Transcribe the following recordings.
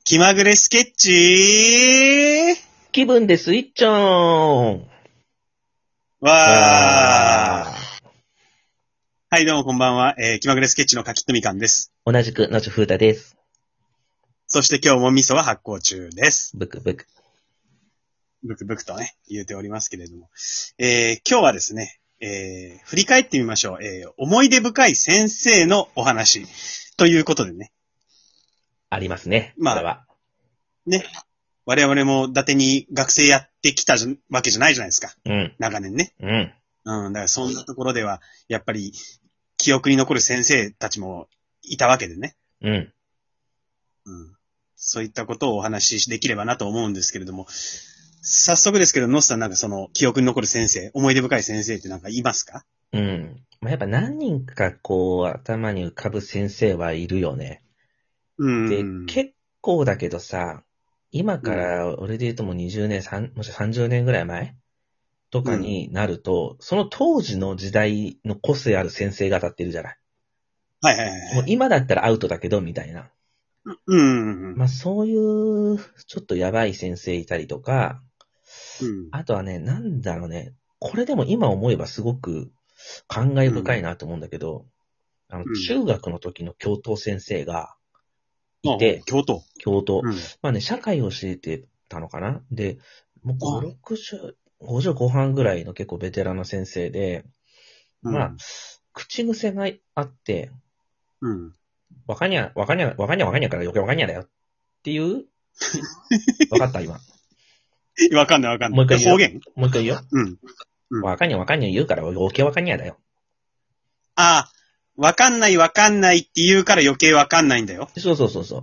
気まぐれスケッチ気分でスイッチオンわー。はい、どうもこんばんは。気まぐれスケッチのかきっとみかんです。 同じく、のちふうたです。 そして今日も味噌は発酵中です。 ブクブク。 ブクブクとね、言うておりますけれども。今日はですね、振り返ってみましょう。思い出深い先生のお話。ということでね。 ありますね。 まあこれは。 ね。我々も伊達に学生やってきたわけじゃないじゃないですか。 うん。 長年ね。 うん。 だからそんなところでは、やっぱり、記憶に残る先生たちもいたわけでね。 うん。 そういったことをお話しできればなと思うんですけれども、早速ですけど、ノスさんなんかその記憶に残る先生、思い出深い先生ってなんかいますか？ うん。まあ、やっぱ何人かこう、頭に浮かぶ先生はいるよね。で、結構だけどさ、今から俺で言うともう20年、もし30年ぐらい前とかになると、その当時の時代の個性ある先生方っているじゃない。 はいはいはい。 もう今だったらアウトだけど、みたいな。まあそういう、ちょっとやばい先生いたりとか、あとはね、なんだろうね、これでも今思えばすごく感慨深いなと思うんだけど、中学の時の教頭先生がいて、教頭。まあね、社会を教えてたのかなで、もう5、60、50後半ぐらいの結構ベテランの先生で、まあ、口癖があって、わかにゃから余計わかにゃだよっていう、わかった今。 わかんない。 もう一回言うよ。 方言？ もう一回言うよ。わかにゃ言うから余計わかにゃだよ。 ああ、わかんないって言うから余計わかんないんだよ。 そう。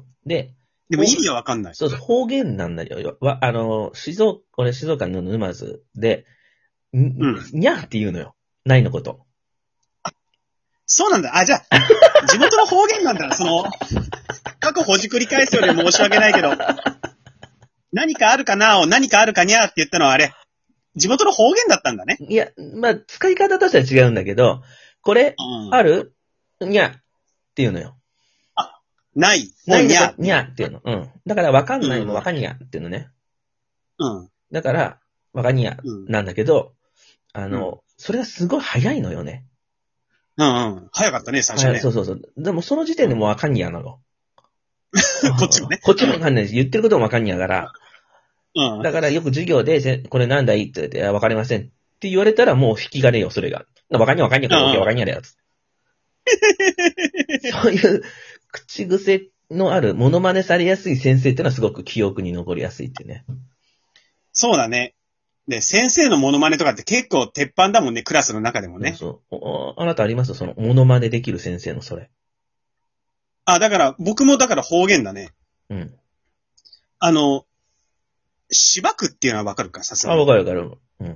でも意味はわかんない。 そう、方言なんだよ。俺静岡の沼津で、にゃーって言うのよ。ないのこと。 そうなんだ。あ、じゃあ、地元の方言なんだ。過去ほじくり返すより申し訳ないけど、何かあるかなを何かあるかにゃーって言ったのはあれ、地元の方言だったんだね。 いや、まあ、使い方としては違うんだけど、これ、あるにゃーって言うのよ。 ない。 ないにゃーっていうの。だから、わかんないもわかんにゃっていうのね。だから、わかんにゃなんだけど、それがすごい早いのよね。 早かったね、最初ね。 そう。でも、その時点でもうわかんにゃなの。 こっちもね。 こっちもわかんないし、言ってることもわかんにゃから。だから、よく授業で、これなんだいって言って、わかりませんって言われたら、もう引き金よ、それが。わかんにゃからわかんにゃだよ。そういう口癖のある、モノマネされやすい先生ってのはすごく記憶に残りやすいっていうね。 そうだね。で、先生のモノマネとかって結構鉄板だもんね、クラスの中でもね。 そう。あなたありますその、モノマネできる先生のそれ。 だから、僕もだから方言だね。しばくっていうのはわかるか、さすがに。 わかる。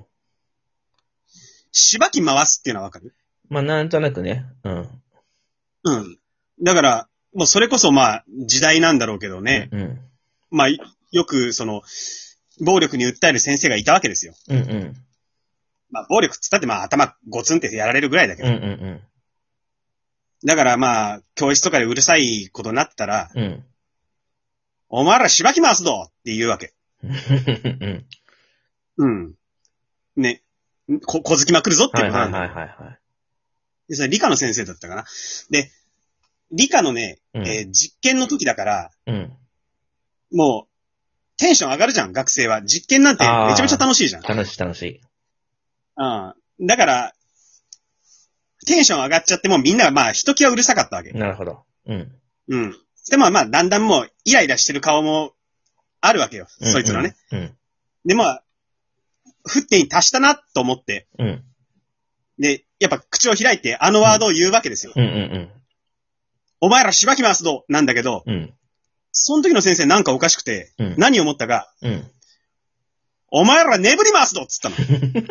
しばき回すっていうのはわかる？ まあ、なんとなくね。 だから、もうそれこそまあ、時代なんだろうけどね。まあ、よく暴力に訴える先生がいたわけですよ。まあ、暴力っつったってまあ、頭ゴツンってやられるぐらいだけど。だからまあ、教室とかでうるさいことになったら、お前らしばき回すぞって言うわけ。ね。こづきまくるぞっていうことなんだよ。で、それ理科の先生だったかな。で、理科のね、実験の時だから、もう、テンション上がるじゃん、学生は。実験なんてめちゃめちゃ楽しいじゃん。 楽しい。 だから、テンション上がっちゃってもみんなまあ、ひときわうるさかったわけ。 なるほど。 でもまあ、だんだんもう、イライラしてる顔もあるわけよ。そいつのね。で、まあ、沸点に達したなと思って。で、やっぱ口を開いてワードを言うわけですよ。お前らしばき回すぞなんだけど、その時の先生なんかおかしくて、何を思ったか、お前ら眠り回すぞっつったの。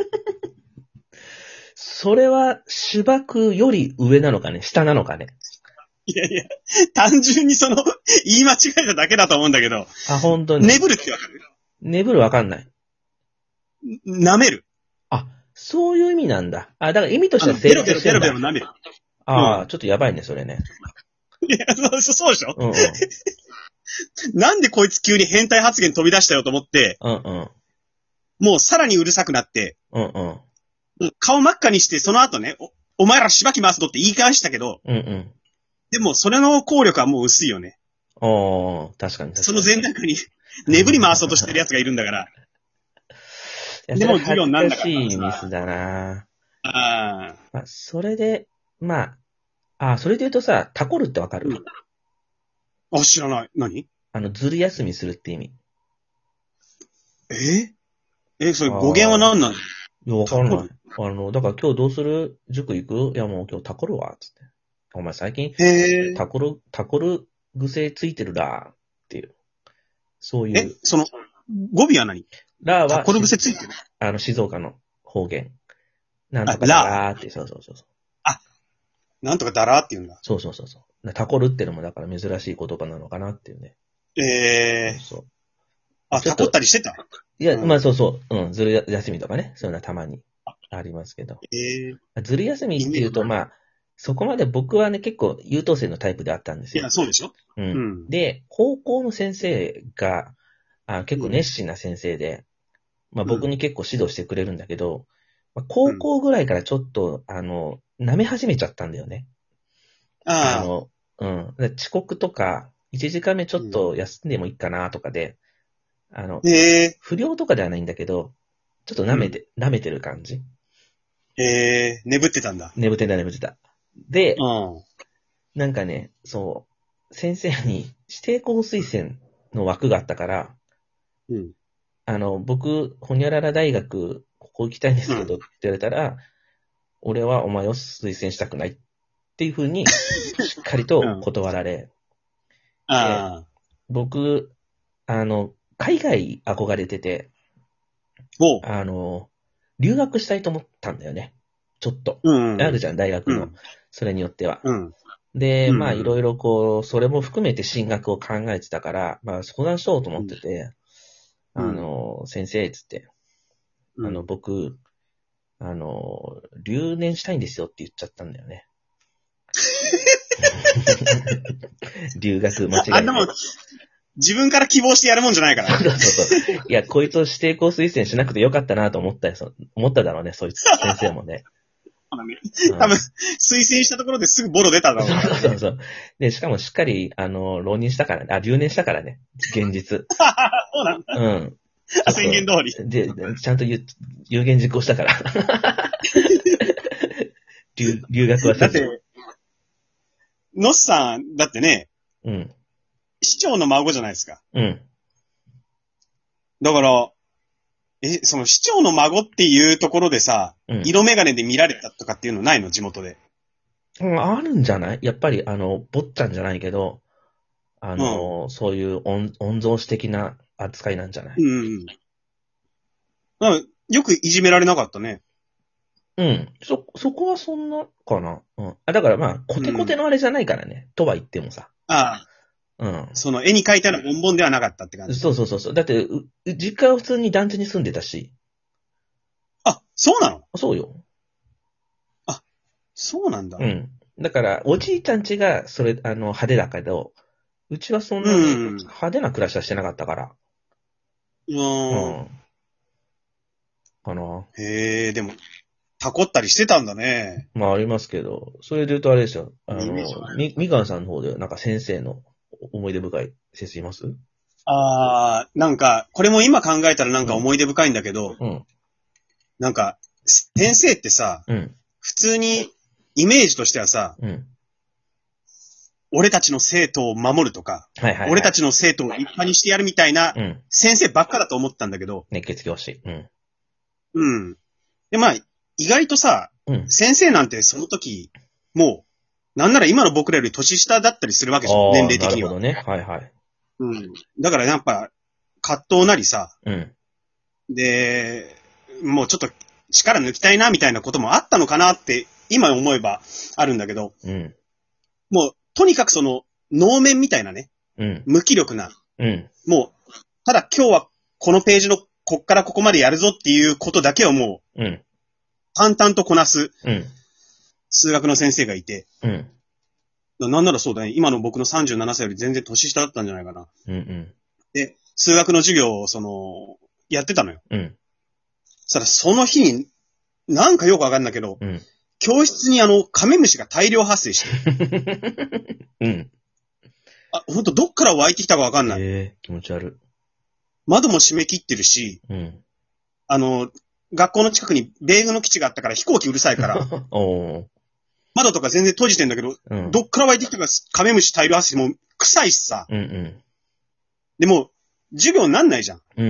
それは、しばくより上なのかね下なのかね。 いや、単純に言い間違えただけだと思うんだけど。 本当に。 眠るってわかる？ 眠るわかんない。 舐める。 そういう意味なんだ。だから意味としては成立してるんだ。 ベロ舐める。 ちょっとやばいね、それね。 いや、そうでしょ？ なんでこいつ急に変態発言飛び出したよと思って、 うんうん。 もうさらにうるさくなって、 うんうん。顔真っ赤にして、その後ね、お前らしばき回すぞって言い返したけど、 うんうん。 でもそれの効力はもう薄いよね。 確かに。 その前中に、ねぶり回そうとしてる奴がいるんだから。 でも授業になんだから。恥ずかしいミスだなああ。 それで、それで言うとさ、タコるってわかる？ 知らない。何？ ずる休みするって意味。 それ語源は何なの？いや、わかんない。だから今日どうする？塾行く？いや、もう今日タコるわ、つって。お前最近、タコる癖ついてるら、っていう。そういう。 その、語尾は何？ ラーは、 タコる癖ついてる？ 静岡の方言。なんとかだらーって、そう。 なんとかだらーって言うんだ。 そう。タコるってのもだから珍しい言葉なのかなっていうね。そう。 タコったりしてた？ いや、そう。ずる休みとかね。そういうのはたまにありますけど。ずる休みっていうと、そこまで僕はね、結構優等生のタイプであったんですよ。 いや、そうでしょ？ で、高校の先生が、結構熱心な先生で、僕に結構指導してくれるんだけど、高校ぐらいからちょっと、舐め始めちゃったんだよね。遅刻とか、1時間目ちょっと休んでもいいかなとかで、不良とかではないんだけど、ちょっと舐めてる感じ。 眠ってたんだ。 眠ってた。で、なんかね、そう、先生に指定校推薦の枠があったから、僕、ホニャララ大学、ここ行きたいんですけどって言われたら、俺はお前を推薦したくないっていうふうに、しっかりと断られ、僕、海外憧れてて、留学したいと思ったんだよね。ちょっと。あるじゃん、大学の。それによっては。で、いろいろそれも含めて進学を考えてたから、相談しようと思ってて、先生、つって、僕、留年したいんですよって言っちゃったんだよね。留学間違えて。 あんなもん、自分から希望してやるもんじゃないから。 そう。いや、こいつを指定校推薦しなくてよかったなと思っただろうね、そいつ、先生もね。 多分、推薦したところですぐボロ出ただろう。そう。で、しかもしっかり、浪人したからね。留年したからね。現実。 そうなんだ。宣言通り。 で、ちゃんと有言実行したから。留学はせず。 だって、ノッさん、だってね、市長の孫じゃないですか。だから、その市長の孫っていうところでさ、色眼鏡で見られたとかっていうのないの？地元で。 あるんじゃない？やっぱり、坊ちゃんじゃないけど、そういう御曹司的な扱いなんじゃない？ よくいじめられなかったね。 そこはそんなかな。だからコテコテのあれじゃないからね。とは言ってもさ。その絵に描いたようなボンボンではなかったって感じ。 そう。だって、実家は普通に団地に住んでたし。 そうなの？ そうよ。 そうなんだ。 だから、おじいちゃん家が、派手だけど、うちはそんなに派手な暮らしはしてなかったから。かな。 でも、タコったりしてたんだね。 ありますけど、それで言うとあれですよ。みかんさんの方で、なんか先生の思い出深い先生います？ なんか、これも今考えたらなんか思い出深いんだけど、なんか、先生ってさ、普通に、イメージとしてはさ、俺たちの生徒を守るとか、俺たちの生徒を立派にしてやるみたいな、先生ばっかだと思ったんだけど、 熱血教師。 で、意外とさ、先生なんてその時、もう、なんなら今の僕らより年下だったりするわけじゃん、年齢的には。 なるほどね。 だからやっぱ、葛藤なりさ、で、もうちょっと力抜きたいなみたいなこともあったのかなって、今思えばあるんだけど、もう、とにかくその、能面みたいなね、無気力な、もう、ただ今日はこのページのこっからここまでやるぞっていうことだけをもう、淡々とこなす、数学の先生がいて、 なんならそうだね。今の僕の37歳より全然年下だったんじゃないかな。 うんうん。 で、数学の授業を、やってたのよ。うん。そしたら、その日に、なんかよくわかんないけど、うん。教室にカメムシが大量発生して。うん。ほんとどっから湧いてきたかわかんない。 気持ち悪い。 窓も閉め切ってるし、うん。学校の近くに米軍の基地があったから飛行機うるさいから、窓とか全然閉じてんだけど、うん、どっから湧いてきたかカメムシ大量発生もう臭いしさ。うんうん、でも、授業になんないじゃん。うんうん、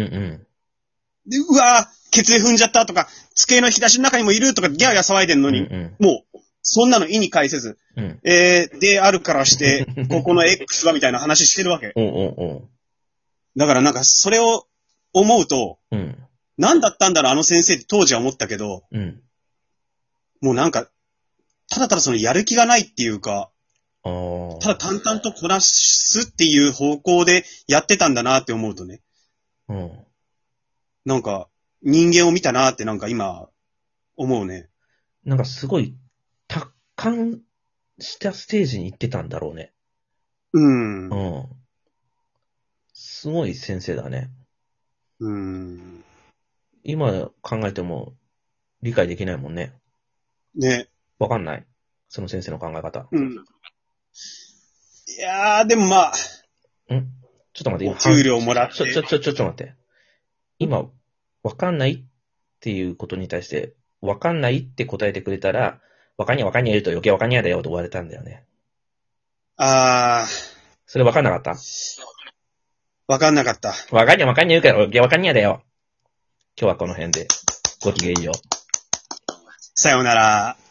で、うわぁ、ケツで踏んじゃったとか、机の引き出しの中にもいるとかギャーギャー騒いでんのに、うんうん、もう、そんなの意に介せず、うん、であるからして、ここの X はみたいな話してるわけ。だからなんかそれを思うと、うん、何だったんだろうあの先生って当時は思ったけど、うん、もうなんか、ただただそのやる気がないっていうか、ただ淡々とこなすっていう方向でやってたんだなって思うとね。うん、なんか、人間を見たなってなんか今、思うね。 なんかすごい、達観したステージに行ってたんだろうね。うん。うん。すごい先生だね。今考えても理解できないもんね。ね。わかんないその先生の考え方。うん。いやー、でもまあ。 ちょっと待って、今。 給料もらって。 ちょっと待って。今、わかんないっていうことに対して、わかんないって答えてくれたら、わかんにゃ言うと余計わかんにゃだよと言われたんだよね。それわかんなかった？ わかんなかった。 わかんにゃ言うから余計わかんにゃだよ。今日はこの辺で。ごきげんよう。 さようなら。